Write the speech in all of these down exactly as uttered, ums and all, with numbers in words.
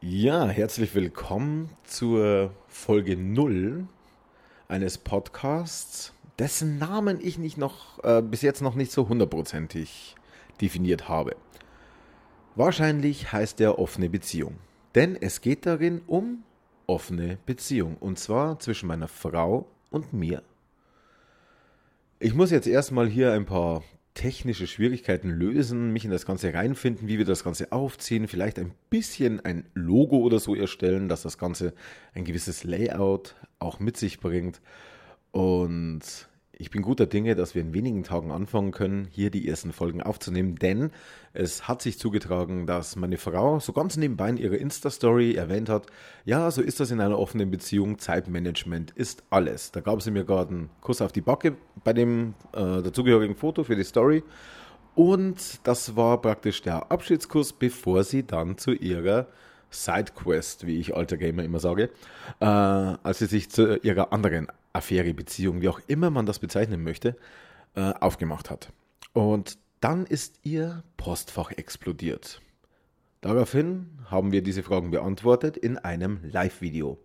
Ja, herzlich willkommen zur Folge null eines Podcasts, dessen Namen ich nicht noch äh, bis jetzt noch nicht so hundertprozentig definiert habe. Wahrscheinlich heißt er offene Beziehung, denn es geht darin um offene Beziehung und zwar zwischen meiner Frau und mir. Ich muss jetzt erstmal hier ein paar technische Schwierigkeiten lösen, mich in das Ganze reinfinden, wie wir das Ganze aufziehen, vielleicht ein bisschen ein Logo oder so erstellen, dass das Ganze ein gewisses Layout auch mit sich bringt. Und ich bin guter Dinge, dass wir in wenigen Tagen anfangen können, hier die ersten Folgen aufzunehmen, denn es hat sich zugetragen, dass meine Frau so ganz nebenbei in ihrer Insta-Story erwähnt hat, ja, so ist das in einer offenen Beziehung, Zeitmanagement ist alles. Da gab sie mir gerade einen Kuss auf die Backe bei dem äh, dazugehörigen Foto für die Story und das war praktisch der Abschiedskuss, bevor sie dann zu ihrer Sidequest, wie ich alter Gamer immer sage, äh, als sie sich zu ihrer anderen Affäre, Beziehung, wie auch immer man das bezeichnen möchte, äh, aufgemacht hat. Und dann ist ihr Postfach explodiert. Daraufhin haben wir diese Fragen beantwortet in einem Live-Video.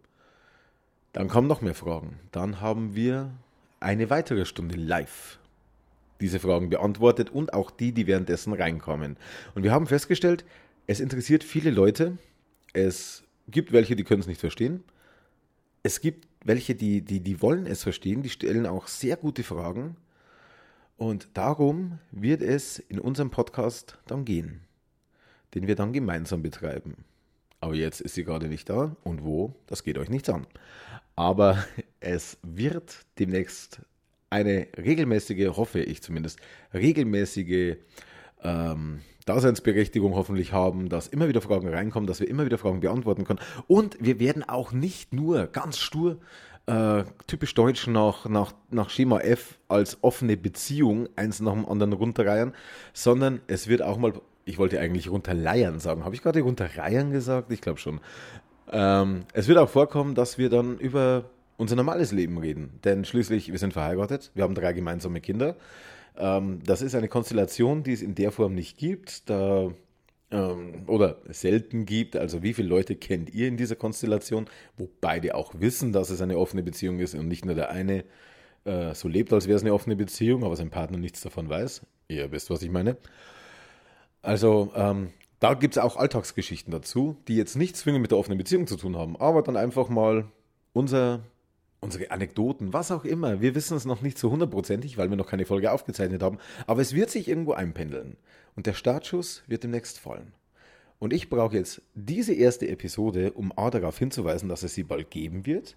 Dann kamen noch mehr Fragen. Dann haben wir eine weitere Stunde live diese Fragen beantwortet und auch die, die währenddessen reinkamen. Und wir haben festgestellt, es interessiert viele Leute. Es gibt welche, die können es nicht verstehen. Es gibt welche, die, die, die wollen es verstehen, die stellen auch sehr gute Fragen. Und darum wird es in unserem Podcast dann gehen, den wir dann gemeinsam betreiben. Aber jetzt ist sie gerade nicht da und wo, das geht euch nichts an. Aber es wird demnächst eine regelmäßige, hoffe ich zumindest, regelmäßige ähm, Daseinsberechtigung hoffentlich haben, dass immer wieder Fragen reinkommen, dass wir immer wieder Fragen beantworten können. Und wir werden auch nicht nur ganz stur, äh, typisch deutsch nach, nach, nach Schema F als offene Beziehung eins nach dem anderen runterreihen, sondern es wird auch mal, ich wollte eigentlich runterleiern sagen, habe ich gerade runterreiern gesagt? Ich glaube schon. Ähm, es wird auch vorkommen, dass wir dann über unser normales Leben reden, denn schließlich, wir sind verheiratet, wir haben drei gemeinsame Kinder. Das ist eine Konstellation, die es in der Form nicht gibt, da, ähm, oder selten gibt. Also wie viele Leute kennt ihr in dieser Konstellation, wo beide auch wissen, dass es eine offene Beziehung ist und nicht nur der eine äh, so lebt, als wäre es eine offene Beziehung, aber sein Partner nichts davon weiß. Ihr wisst, was ich meine. Also ähm, da gibt es auch Alltagsgeschichten dazu, die jetzt nichts zwingend mit der offenen Beziehung zu tun haben, aber dann einfach mal unser... unsere Anekdoten, was auch immer. Wir wissen es noch nicht so hundertprozentig, weil wir noch keine Folge aufgezeichnet haben. Aber es wird sich irgendwo einpendeln. Und der Startschuss wird demnächst fallen. Und ich brauche jetzt diese erste Episode, um A, darauf hinzuweisen, dass es sie bald geben wird.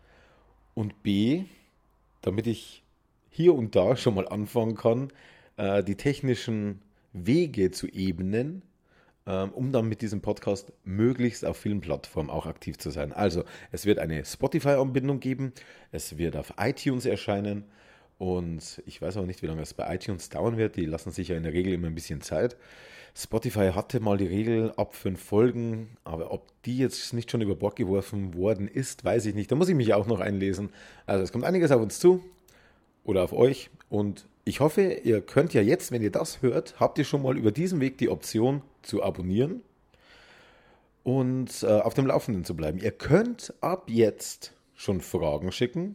Und B, damit ich hier und da schon mal anfangen kann, die technischen Wege zu ebnen, um dann mit diesem Podcast möglichst auf vielen Plattformen auch aktiv zu sein. Also, es wird eine Spotify-Anbindung geben, es wird auf iTunes erscheinen und ich weiß auch nicht, wie lange es bei iTunes dauern wird, die lassen sich ja in der Regel immer ein bisschen Zeit. Spotify hatte mal die Regel ab fünf Folgen, aber ob die jetzt nicht schon über Bord geworfen worden ist, weiß ich nicht. Da muss ich mich auch noch einlesen. Also, es kommt einiges auf uns zu oder auf euch und ich hoffe, ihr könnt ja jetzt, wenn ihr das hört, habt ihr schon mal über diesen Weg die Option zu abonnieren und äh, auf dem Laufenden zu bleiben. Ihr könnt ab jetzt schon Fragen schicken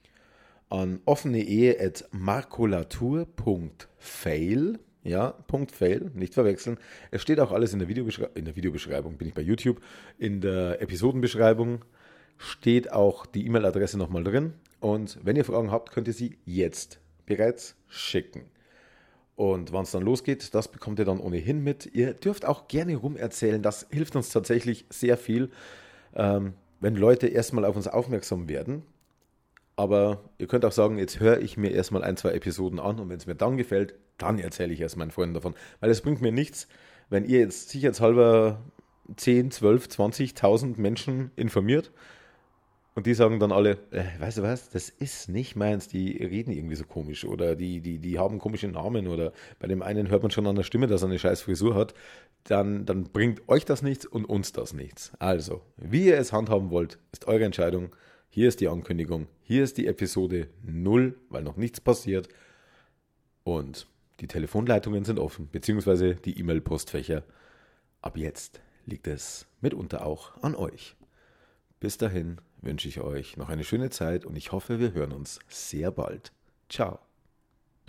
an offeneehe at makulatur punkt fail. Ja, Punkt .fail, nicht verwechseln. Es steht auch alles in der, Videobeschrei- in der Videobeschreibung, bin ich bei YouTube. In der Episodenbeschreibung steht auch die E-Mail-Adresse nochmal drin. Und wenn ihr Fragen habt, könnt ihr sie jetzt bereits schicken. Und wann es dann losgeht, das bekommt ihr dann ohnehin mit. Ihr dürft auch gerne rumerzählen, das hilft uns tatsächlich sehr viel, ähm, wenn Leute erstmal auf uns aufmerksam werden. Aber ihr könnt auch sagen, jetzt höre ich mir erstmal ein, zwei Episoden an und wenn es mir dann gefällt, dann erzähle ich erst meinen Freunden davon. Weil es bringt mir nichts, wenn ihr jetzt sicherheitshalber zehn, zwölf, zwanzigtausend Menschen informiert. Und die sagen dann alle, äh, weißt du was, das ist nicht meins, die reden irgendwie so komisch oder die, die, die haben komische Namen oder bei dem einen hört man schon an der Stimme, dass er eine scheiß Frisur hat, dann, dann bringt euch das nichts und uns das nichts. Also, wie ihr es handhaben wollt, ist eure Entscheidung. Hier ist die Ankündigung, hier ist die Episode null, weil noch nichts passiert und die Telefonleitungen sind offen, beziehungsweise die E-Mail-Postfächer. Ab jetzt liegt es mitunter auch an euch. Bis dahin wünsche ich euch noch eine schöne Zeit und ich hoffe, wir hören uns sehr bald. Ciao.